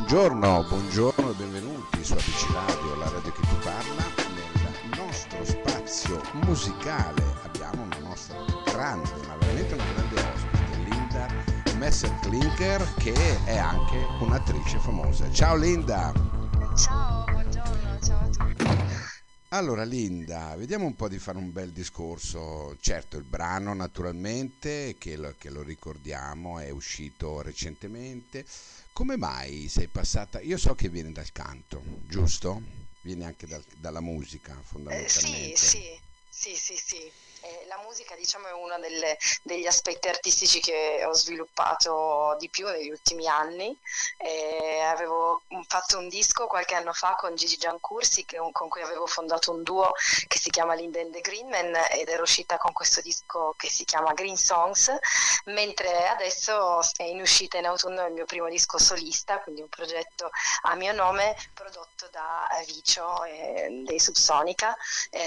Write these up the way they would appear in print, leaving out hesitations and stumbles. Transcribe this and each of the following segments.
Buongiorno e benvenuti su ABC Radio, la radio che ti parla. Nel nostro spazio musicale abbiamo una nostra grande, ma veramente una grande ospite, Linda Messerklinker, che è anche un'attrice famosa. Ciao Linda! Ciao, buongiorno, ciao a tutti. Allora Linda, vediamo un po' di fare un bel discorso. Certo, il brano naturalmente, che lo ricordiamo, è uscito recentemente. Come mai sei passata? Io so che vieni dal canto, giusto? Vieni anche dalla musica, Sì, fondamentalmente. sì, sì, sì, sì. La musica, diciamo, è uno degli aspetti artistici che ho sviluppato di più negli ultimi anni. Avevo fatto un disco qualche anno fa con Gigi Giancursi, con cui avevo fondato un duo che si chiama Linda and the Green Men, ed ero uscita con questo disco che si chiama Green Songs, mentre adesso è in uscita in autunno il mio primo disco solista, quindi un progetto a mio nome prodotto da Vicio dei Subsonica,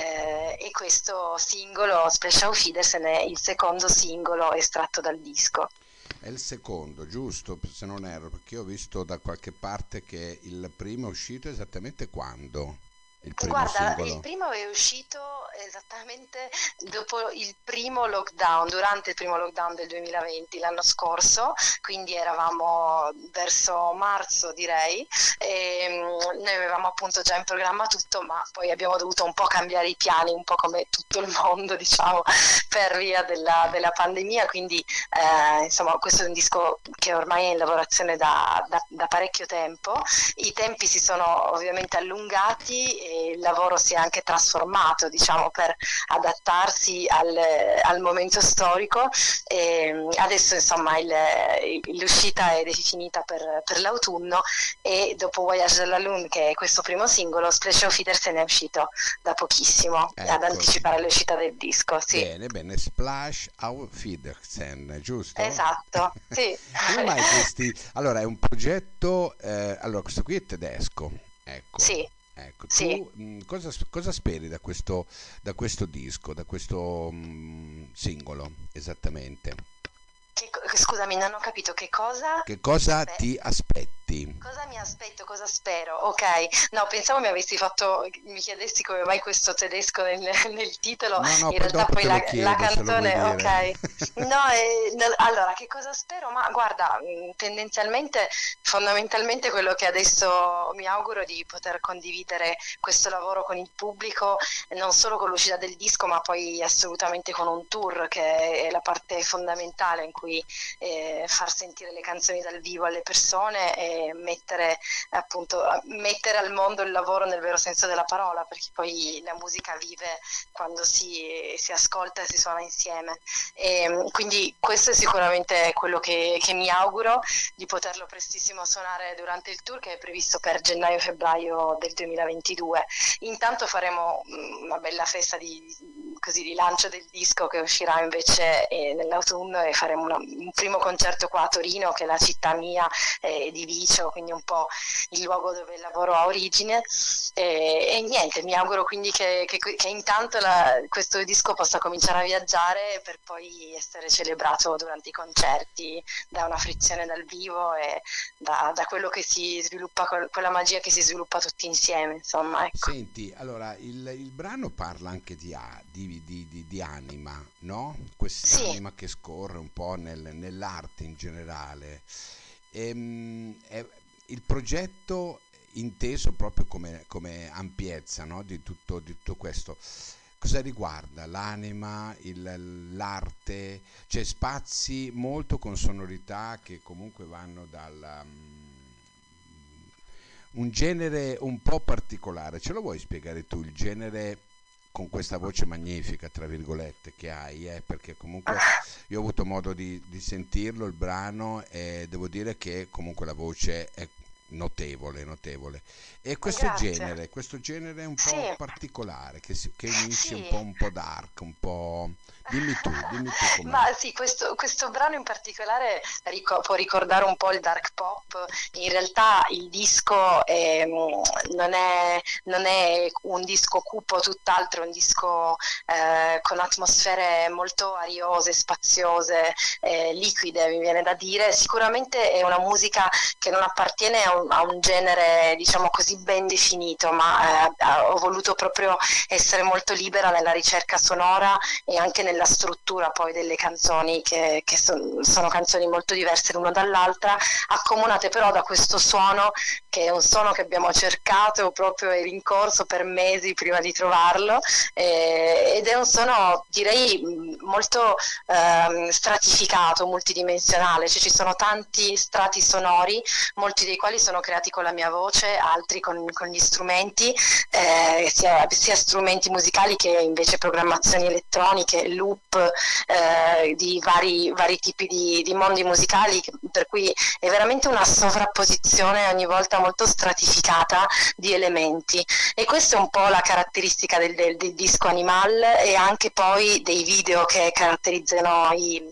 e questo singolo Splash Auf Wiedersehen è il secondo singolo estratto dal disco. È il secondo, giusto? Se non erro, perché io ho visto da qualche parte che il primo è uscito esattamente quando? Il primo Guarda, il singolo? primo è uscito esattamente dopo il primo lockdown, durante il primo lockdown del 2020, l'anno scorso, quindi eravamo verso marzo direi, e noi avevamo appunto già in programma tutto, ma poi abbiamo dovuto un po' cambiare i piani, un po' come tutto il mondo, diciamo, per via della pandemia, quindi insomma questo è un disco che ormai è in lavorazione da parecchio tempo. I tempi si sono ovviamente allungati e il lavoro si è anche trasformato, diciamo, per adattarsi al momento storico. E adesso, insomma, l'uscita è definita per l'autunno, e dopo Voyage de la Lune, che è questo primo singolo, Splash of Feeder se ne è uscito da pochissimo, ad Ecco, anticipare l'uscita del disco, sì. bene, bene, Splash Auf Wiedersehen, giusto? Esatto, sì. Come mai questi? Allora, è un progetto, allora questo qui è tedesco, ecco, Sì, ecco, sì. tu cosa speri da questo disco, da questo singolo, esattamente? Scusami, non ho capito che cosa. Che cosa Aspe- ti aspetti? Cosa mi aspetto, cosa spero? Ok, no, pensavo mi chiedessi come mai questo tedesco nel titolo, No, no, in poi realtà dopo poi te lo la chiedo se lo vuoi canzone, dire. ok. No, allora, che cosa spero? Ma guarda, tendenzialmente, fondamentalmente quello che adesso mi auguro è di poter condividere questo lavoro con il pubblico, non solo con l'uscita del disco, ma poi assolutamente con un tour, che è la parte fondamentale in cui far sentire le canzoni dal vivo alle persone e mettere al mondo il lavoro nel vero senso della parola, perché poi la musica vive quando si ascolta e si suona insieme. Quindi questo è sicuramente quello che mi auguro, di poterlo prestissimo suonare durante il tour, che è previsto per gennaio-febbraio del 2022. Intanto faremo una bella festa così, di lancio del disco, che uscirà invece nell'autunno, e faremo un primo concerto qua a Torino, che è la città mia, di Vicio, quindi un po' il luogo dove il lavoro ha origine. E niente, mi auguro quindi che intanto questo disco possa cominciare a viaggiare, per poi essere celebrato durante i concerti, da una frizione dal vivo e da quello che si sviluppa, quella magia che si sviluppa tutti insieme, insomma, ecco. Senti, allora il brano parla anche di anima, no? Sì. Quest'anima che scorre un po' nell'arte in generale. È il progetto inteso proprio come ampiezza, no? Di tutto questo. Cosa riguarda l'anima, l'arte, cioè spazi molto con sonorità che comunque vanno dal un genere un po' particolare. Ce lo vuoi spiegare tu il genere con questa voce magnifica, tra virgolette, che hai? Perché comunque io ho avuto modo di sentirlo, il brano, e devo dire che comunque la voce è notevole, notevole. E Grazie. questo genere un Sì, po' particolare, che unisce sì. un po' dark, un po'. Dimmi tu com'è. Ma sì, questo brano in particolare può ricordare un po' il dark pop. In realtà il disco non è un disco cupo, tutt'altro, è un disco con atmosfere molto ariose, spaziose, liquide, mi viene da dire. Sicuramente è una musica che non appartiene a un genere, diciamo così, ben definito, ma ho voluto proprio essere molto libera nella ricerca sonora e anche nella struttura poi delle canzoni, che sono canzoni molto diverse l'una dall'altra, accomunate però da questo suono, che è un suono che abbiamo cercato proprio e rincorso per mesi prima di trovarlo, ed è un suono, direi, molto stratificato, multidimensionale, cioè ci sono tanti strati sonori, molti dei quali sono creati con la mia voce, altri con gli strumenti, sia strumenti musicali che invece programmazioni elettroniche, loop, di vari tipi di mondi musicali, per cui è veramente una sovrapposizione ogni volta molto stratificata di elementi, e questa è un po' la caratteristica del disco Animal, e anche poi dei video che caratterizzano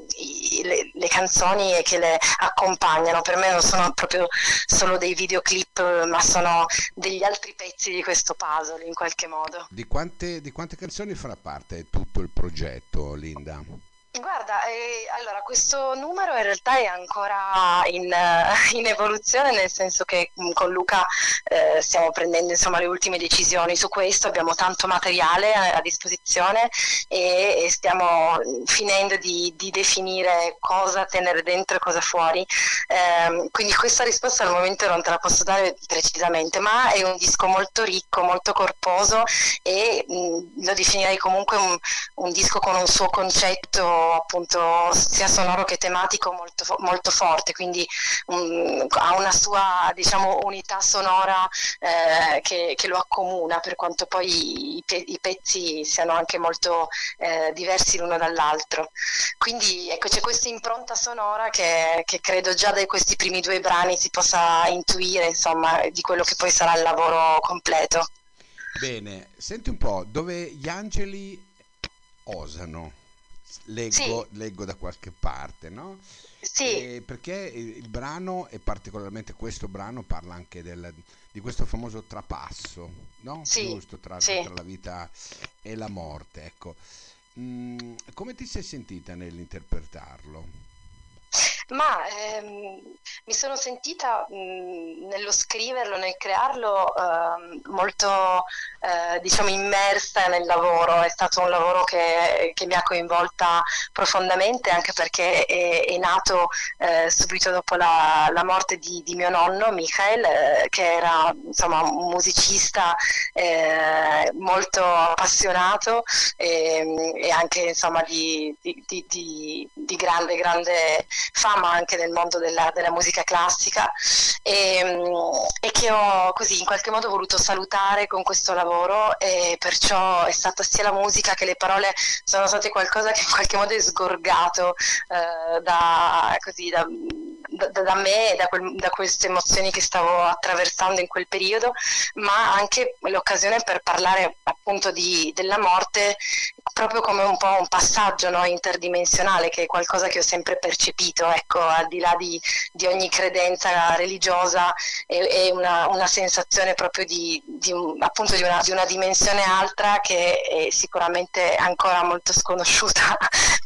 le canzoni e che le accompagnano. Per me non sono proprio solo dei videoclip, ma sono degli altri pezzi di questo puzzle in qualche modo. Di quante canzoni farà parte tutto il progetto, Linda? Guarda, allora questo numero in realtà è ancora in evoluzione, nel senso che con Luca stiamo prendendo, insomma, le ultime decisioni su questo, abbiamo tanto materiale a disposizione, e stiamo finendo di definire cosa tenere dentro e cosa fuori. Quindi questa risposta al momento non te la posso dare precisamente, ma è un disco molto ricco, molto corposo, e lo definirei comunque un disco con un suo concetto, appunto, sia sonoro che tematico, molto forte, quindi ha una sua, diciamo, unità sonora che lo accomuna, per quanto poi i pezzi siano anche molto diversi l'uno dall'altro. Quindi ecco, c'è questa impronta sonora che credo già da questi primi due brani si possa intuire, insomma, di quello che poi sarà il lavoro completo. Bene, senti un po', dove gli angeli osano, Sì, leggo da qualche parte, no? sì, Perché il brano, e particolarmente questo brano, parla anche di questo famoso trapasso, no? sì, Giusto, sì. tra la vita e la morte, ecco. Come ti sei sentita nell'interpretarlo? Ma mi sono sentita, nello scriverlo, nel crearlo, molto, diciamo, immersa nel lavoro. È stato un lavoro che mi ha coinvolta profondamente, anche perché è nato subito dopo la morte di mio nonno, Michael, che era, insomma, un musicista molto appassionato, e anche, insomma, di grande fama anche nel mondo della musica classica, e che ho così in qualche modo voluto salutare con questo lavoro, e perciò è stata sia la musica che le parole sono state qualcosa che in qualche modo è sgorgato così, da me, da queste emozioni che stavo attraversando in quel periodo, ma anche l'occasione per parlare appunto della morte, proprio come un po' un passaggio, no, interdimensionale, che è qualcosa che ho sempre percepito, ecco, al di là di ogni credenza religiosa, è una sensazione proprio appunto di una dimensione altra, che è sicuramente ancora molto sconosciuta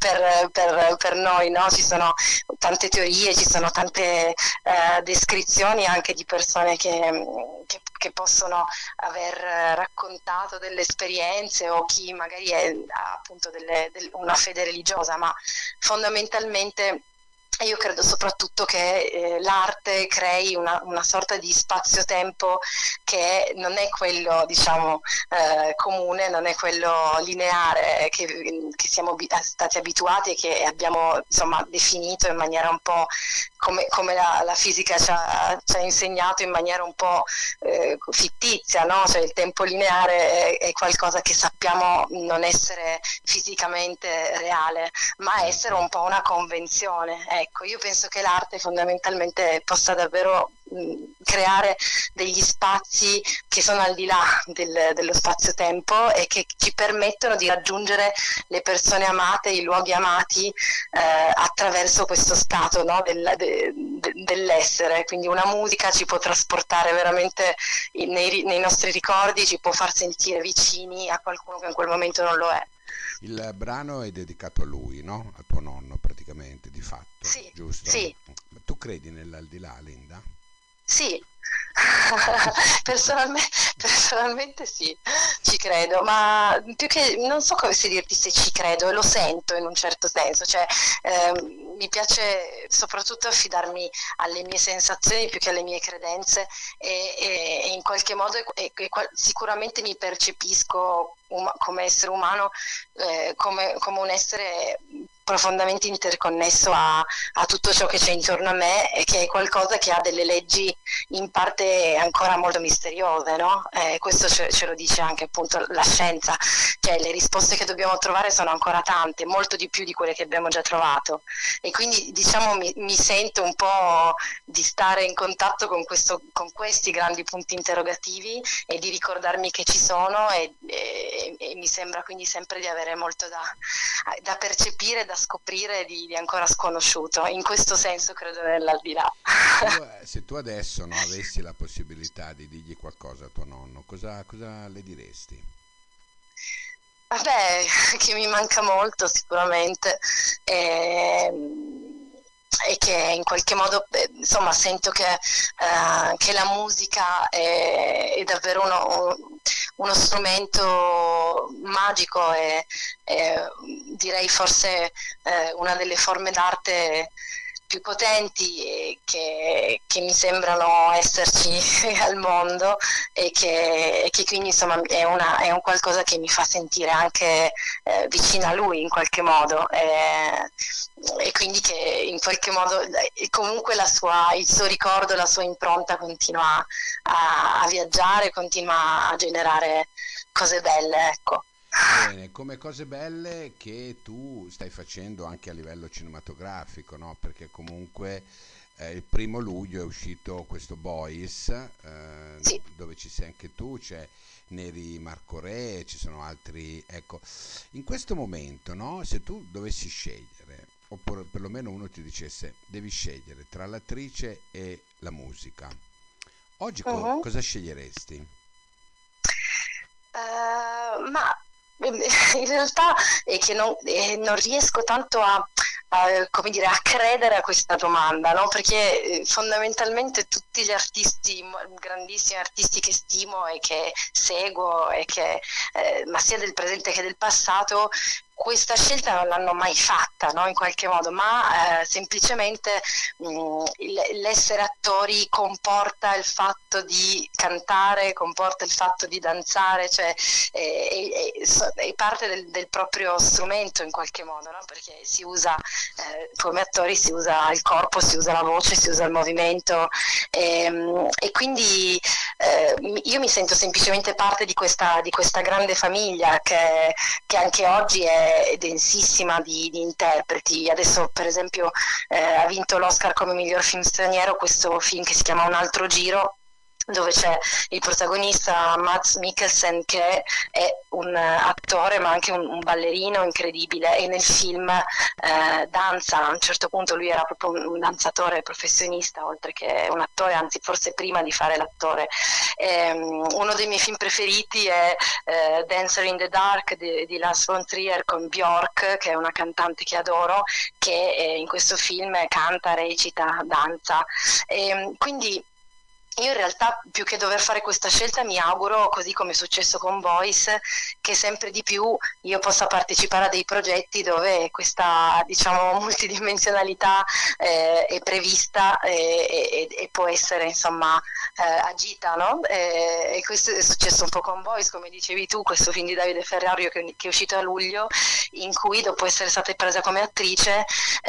per noi, no? Ci sono tante teorie, ci sono tante descrizioni anche di persone che possono aver raccontato delle esperienze, o chi magari ha appunto una fede religiosa, ma fondamentalmente io credo soprattutto che l'arte crei una sorta di spazio-tempo che non è quello, diciamo, comune, non è quello lineare che siamo stati abituati, e che abbiamo, insomma, definito in maniera un po' come la fisica ci ha insegnato, in maniera un po' fittizia, no? Cioè il tempo lineare è qualcosa che sappiamo non essere fisicamente reale, ma essere Certo. un po' una convenzione. Ecco, io penso che l'arte fondamentalmente possa davvero creare degli spazi che sono al di là dello spazio-tempo, e che ci permettono di raggiungere le persone amate, i luoghi amati, attraverso questo stato, no, dell'essere. Quindi una musica ci può trasportare veramente nei nostri ricordi, ci può far sentire vicini a qualcuno che in quel momento non lo è. Il brano è dedicato a lui, no? A tuo nonno, praticamente, di fatto, Sì, giusto? sì, Ma tu credi nell'aldilà, Linda? sì. Personalmente sì, ci credo, ma più che non so come se dirti se ci credo, lo sento in un certo senso, cioè mi piace soprattutto affidarmi alle mie sensazioni più che alle mie credenze e in qualche modo sicuramente mi percepisco come essere umano, come un essere profondamente interconnesso a tutto ciò che c'è intorno a me e che è qualcosa che ha delle leggi in parte ancora molto misteriose, no? Questo ce lo dice anche appunto la scienza, cioè le risposte che dobbiamo trovare sono ancora tante, molto di più di quelle che abbiamo già trovato e quindi diciamo mi sento un po' di stare in contatto con questi grandi punti interrogativi e di ricordarmi che ci sono e mi sembra quindi sempre di avere molto da percepire, da scoprire di ancora sconosciuto. In questo senso credo nell'aldilà. Se tu adesso no, avessi la possibilità di dirgli qualcosa a tuo nonno, cosa le diresti? Vabbè, che mi manca molto sicuramente e che in qualche modo, insomma, sento che la musica è davvero uno strumento magico e direi forse una delle forme d'arte più potenti e che mi sembrano esserci al mondo e che quindi insomma è un qualcosa che mi fa sentire anche vicina a lui in qualche modo e quindi che in qualche modo comunque il suo ricordo, la sua impronta continua a viaggiare, continua a generare cose belle, ecco. Bene, come cose belle che tu stai facendo anche a livello cinematografico, no? Perché comunque il 1° luglio è uscito questo Boys, Sì. dove ci sei anche tu, c'è Neri Marco Re, ci sono altri, ecco. In questo momento, no? Se tu dovessi scegliere, oppure perlomeno uno ti dicesse, devi scegliere tra l'attrice e la musica, oggi Mhm. cosa sceglieresti? Ma in realtà è che non riesco tanto come dire, a credere a questa domanda, no? Perché fondamentalmente tutti gli artisti, grandissimi artisti che stimo e che seguo, ma sia del presente che del passato, questa scelta non l'hanno mai fatta, no? In qualche modo, ma semplicemente l'essere attori comporta il fatto di cantare, comporta il fatto di danzare, cioè è parte del proprio strumento in qualche modo, no? Perché si usa, come attori si usa il corpo, si usa la voce, si usa il movimento e quindi io mi sento semplicemente parte di questa grande famiglia che anche oggi è densissima di interpreti. Adesso per esempio ha vinto l'Oscar come miglior film straniero questo film che si chiama Un altro giro, dove c'è il protagonista Mads Mikkelsen che è un attore ma anche un ballerino incredibile e nel film danza, a un certo punto lui era proprio un danzatore professionista oltre che un attore, anzi forse prima di fare l'attore. Uno dei miei film preferiti è Dancer in the Dark di Lars von Trier con Björk, che è una cantante che adoro, che in questo film canta, recita, danza. Quindi io in realtà più che dover fare questa scelta mi auguro, così come è successo con Voice, che sempre di più io possa partecipare a dei progetti dove questa diciamo multidimensionalità è prevista e può essere insomma agita, no? E questo è successo un po' con Voice, come dicevi tu, questo film di Davide Ferrario che è uscito a luglio, in cui dopo essere stata presa come attrice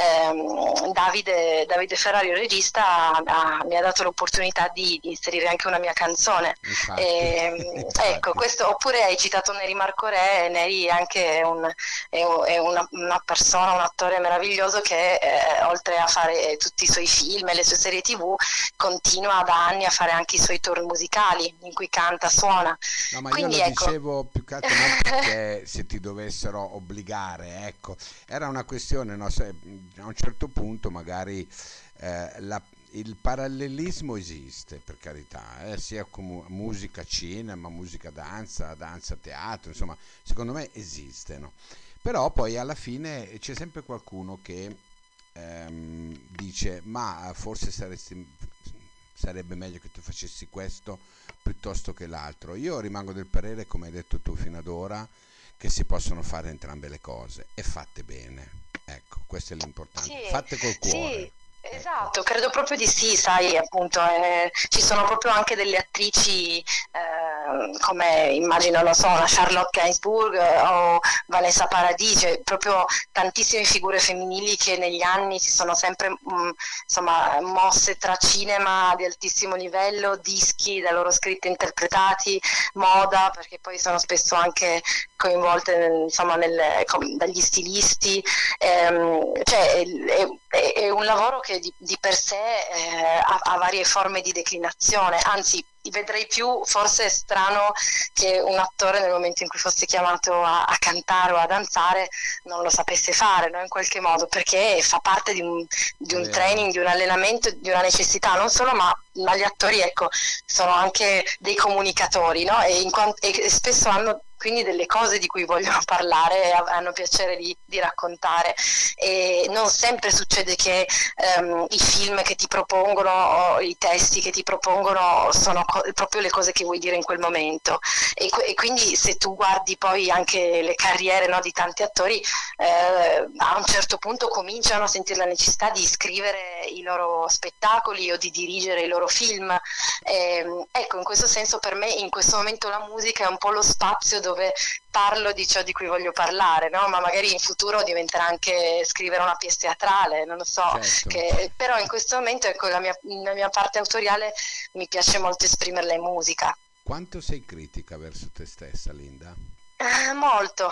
Davide Ferrario, il regista, mi ha dato l'opportunità di inserire anche una mia canzone. Infatti, Ecco, infatti. questo, oppure hai citato Neri Marco Re, Neri anche è una persona, un attore meraviglioso che oltre a fare tutti i suoi film e le sue serie TV, continua da anni a fare anche i suoi tour musicali in cui canta, suona. No, ma io Quindi lo ecco. dicevo più che altro non perché se ti dovessero obbligare, ecco, era una questione, no, a un certo punto magari il parallelismo esiste, per carità, sia come musica, cinema, musica, danza, danza, teatro, insomma, secondo me esiste, no? Però poi alla fine c'è sempre qualcuno che dice, ma forse sarebbe meglio che tu facessi questo piuttosto che l'altro. Io rimango del parere, come hai detto tu fino ad ora, che si possono fare entrambe le cose e fatte bene. Ecco, questo è l'importante. Sì, Fatte col sì, cuore. Ecco. esatto, credo proprio di sì, sai, appunto, ci sono proprio anche delle attrici, come immagino, non so, una Charlotte Gainsbourg o Vanessa Paradis, cioè proprio tantissime figure femminili che negli anni si sono sempre, insomma, mosse tra cinema di altissimo livello, dischi da loro scritti e interpretati, moda, perché poi sono spesso anche coinvolte, insomma, dagli stilisti. Cioè, è un lavoro che di per sé ha varie forme di declinazione, anzi vedrei più forse strano che un attore nel momento in cui fosse chiamato a cantare o a danzare non lo sapesse fare, no? In qualche modo, perché fa parte di È un vero. training, di un allenamento, di una necessità, non solo, ma gli attori, ecco, sono anche dei comunicatori, no? E spesso hanno quindi delle cose di cui vogliono parlare e hanno piacere di raccontare, e non sempre succede che i film che ti propongono o i testi che ti propongono sono proprio le cose che vuoi dire in quel momento, e quindi se tu guardi poi anche le carriere, no, di tanti attori, a un certo punto cominciano a sentire la necessità di scrivere i loro spettacoli o di dirigere i loro film. Ecco, in questo senso per me in questo momento la musica è un po' lo spazio dove parlo di ciò di cui voglio parlare, no? Ma magari in futuro diventerà anche scrivere una pièce teatrale, non lo so, Certo. però in questo momento, ecco, la mia parte autoriale mi piace molto esprimerla in musica. Quanto sei critica verso te stessa, Linda? Molto,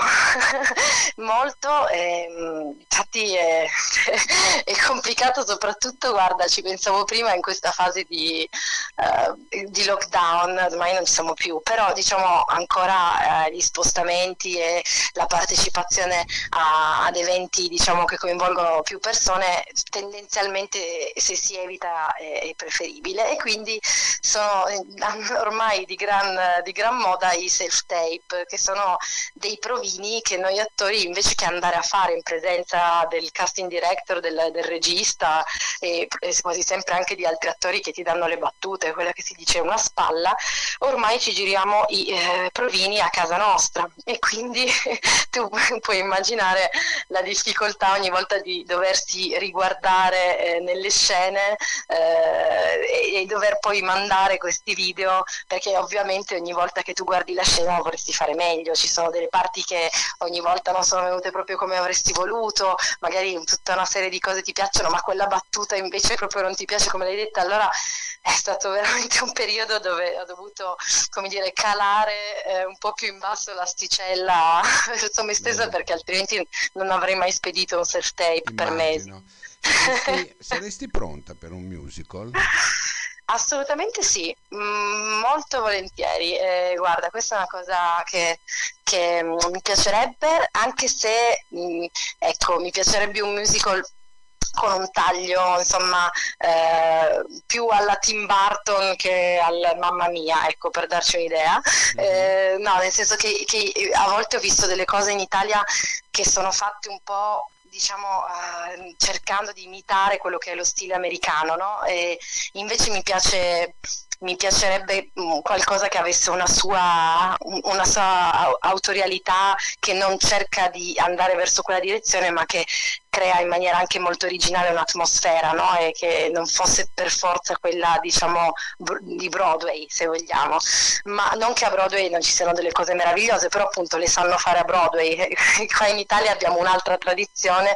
molto, infatti è complicato, soprattutto, guarda, ci pensavo prima in questa fase di lockdown, ormai non ci siamo più, però diciamo ancora gli spostamenti e la partecipazione ad eventi, diciamo, che coinvolgono più persone, tendenzialmente se si evita è preferibile, e quindi sono ormai di gran moda i self-tape, che sono dei provini che noi attori, invece che andare a fare in presenza del casting director, del regista e quasi sempre anche di altri attori che ti danno le battute, quella che si dice una spalla, ormai ci giriamo i provini a casa nostra, e quindi tu puoi immaginare la difficoltà ogni volta di doversi riguardare nelle scene, e dover poi mandare questi video, perché ovviamente ogni volta che tu guardi la scena vorresti fare meglio, ci sono delle parti che ogni volta non sono venute proprio come avresti voluto, magari tutta una serie di cose ti piacciono, ma quella battuta invece proprio non ti piace come l'hai detta. Allora è stato veramente un periodo dove ho dovuto, come dire, calare un po' più in basso l'asticella verso me stessa, Beh, perché altrimenti non avrei mai spedito un self-tape per mesi. immagino. Saresti pronta per un musical? Assolutamente sì, molto volentieri. Guarda, questa è una cosa che mi piacerebbe, anche se, ecco, mi piacerebbe un musical con un taglio, insomma, più alla Tim Burton che al Mamma Mia, ecco, per darci un'idea. Mhm. No, nel senso che a volte ho visto delle cose in Italia che sono fatte un po', diciamo, cercando di imitare quello che è lo stile americano, no? E invece mi piacerebbe qualcosa che avesse una sua autorialità, che non cerca di andare verso quella direzione, ma che crea in maniera anche molto originale un'atmosfera, no? E che non fosse per forza quella, diciamo, di Broadway, se vogliamo. Ma non che a Broadway non ci siano delle cose meravigliose, però appunto le sanno fare a Broadway. Qua in Italia abbiamo un'altra tradizione,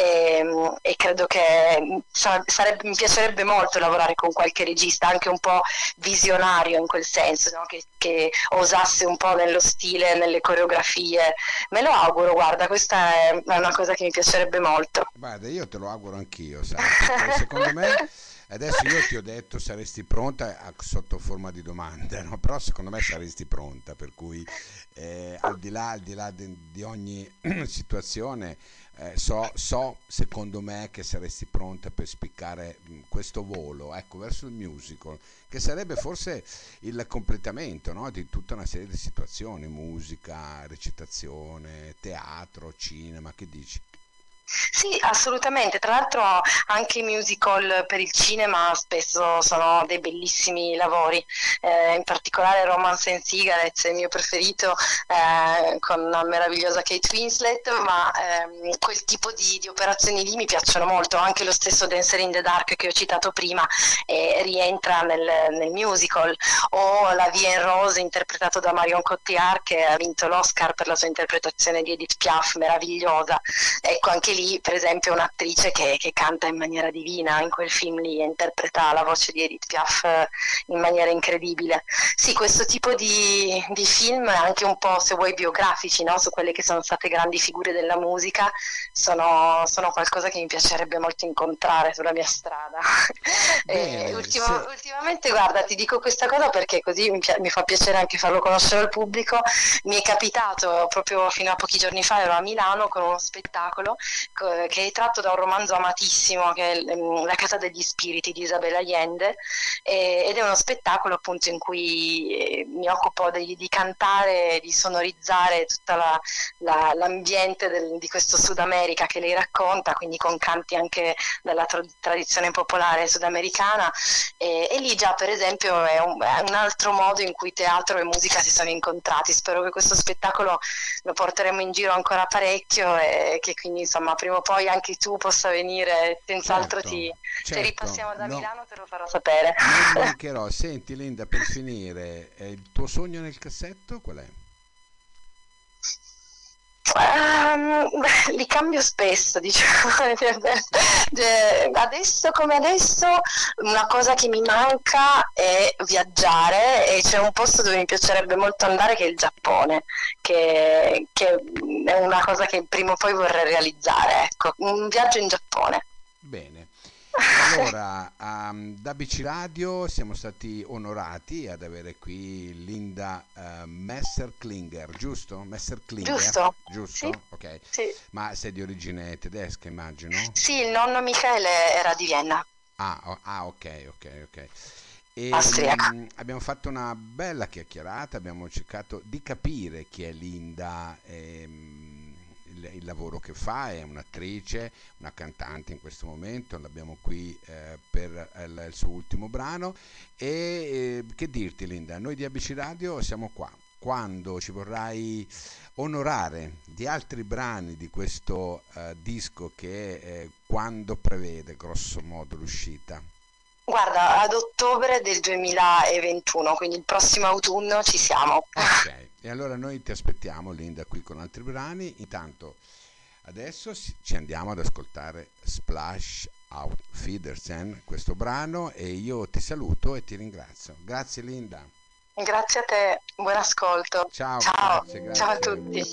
e credo che mi piacerebbe molto lavorare con qualche regista anche un po' visionario in quel senso, no? Che osasse un po' nello stile, nelle coreografie. Me lo auguro, guarda, questa è una cosa che mi piacerebbe molto. Guarda, io te lo auguro anch'io, sai, perché secondo me, adesso io ti ho detto saresti pronta sotto forma di domanda, no? Però secondo me saresti pronta, per cui al di là di ogni situazione, so secondo me che saresti pronta per spiccare questo volo, ecco, verso il musical, che sarebbe forse il completamento, no, di tutta una serie di situazioni, musica, recitazione, teatro, cinema, che dici? Sì, assolutamente. Tra l'altro anche i musical per il cinema spesso sono dei bellissimi lavori, in particolare Romance and Cigarettes è il mio preferito, con la meravigliosa Kate Winslet, ma quel tipo di operazioni lì mi piacciono molto. Anche lo stesso Dancer in the Dark che ho citato prima rientra nel musical, o La Vie en Rose interpretato da Marion Cotillard, che ha vinto l'Oscar per la sua interpretazione di Edith Piaf, meravigliosa. Ecco, anche lì, per esempio, un'attrice che canta in maniera divina in quel film lì e interpreta la voce di Edith Piaf in maniera incredibile. Sì, questo tipo di film, anche un po', se vuoi, biografici, no? Su quelle che sono state grandi figure della musica, sono qualcosa che mi piacerebbe molto incontrare sulla mia strada. Bene, se... Ultimamente, guarda, ti dico questa cosa perché così mi fa piacere anche farlo conoscere al pubblico. Mi è capitato proprio fino a pochi giorni fa, ero a Milano con uno spettacolo che è tratto da un romanzo amatissimo che è La Casa degli Spiriti di Isabel Allende, ed è uno spettacolo appunto in cui mi occupo di cantare, di sonorizzare tutta l'ambiente di questo Sud America che lei racconta, quindi con canti anche dalla tradizione popolare sudamericana, e lì già per esempio è un altro modo in cui teatro e musica si sono incontrati. Spero che questo spettacolo lo porteremo in giro ancora parecchio e che quindi insomma prima o poi anche tu possa venire, senz'altro Certo, se certo, ripassiamo da no, Milano te lo farò sapere. non mancherò. Senti Linda, per finire, il tuo sogno nel cassetto qual è? Li cambio spesso, diciamo. Adesso come adesso una cosa che mi manca è viaggiare, e c'è un posto dove mi piacerebbe molto andare che è il Giappone, che è una cosa che prima o poi vorrei realizzare, ecco, un viaggio in Giappone. Bene. E allora, da BC Radio siamo stati onorati ad avere qui Linda Messerklinger, giusto? Messerklinger, Giusto? Sì, giusto? Ok. sì. Ma sei di origine tedesca, immagino? Sì, il nonno Michele era di Vienna, Ok, ok, ok. austriaca. Abbiamo fatto una bella chiacchierata, abbiamo cercato di capire chi è Linda, il lavoro che fa, è un'attrice, una cantante in questo momento, l'abbiamo qui per il suo ultimo brano e che dirti Linda, noi di ABC Radio siamo qua, quando ci vorrai onorare di altri brani di questo disco che quando prevede grosso modo l'uscita. Guarda, ad ottobre del 2021, quindi il prossimo autunno ci siamo. Ok, e allora noi ti aspettiamo Linda qui con altri brani. Intanto adesso ci andiamo ad ascoltare Splash Out Fidersen, questo brano, e io ti saluto e ti ringrazio. Grazie Linda. Grazie a te, buon ascolto. Ciao, Ciao, grazie, ciao a grazie. tutti.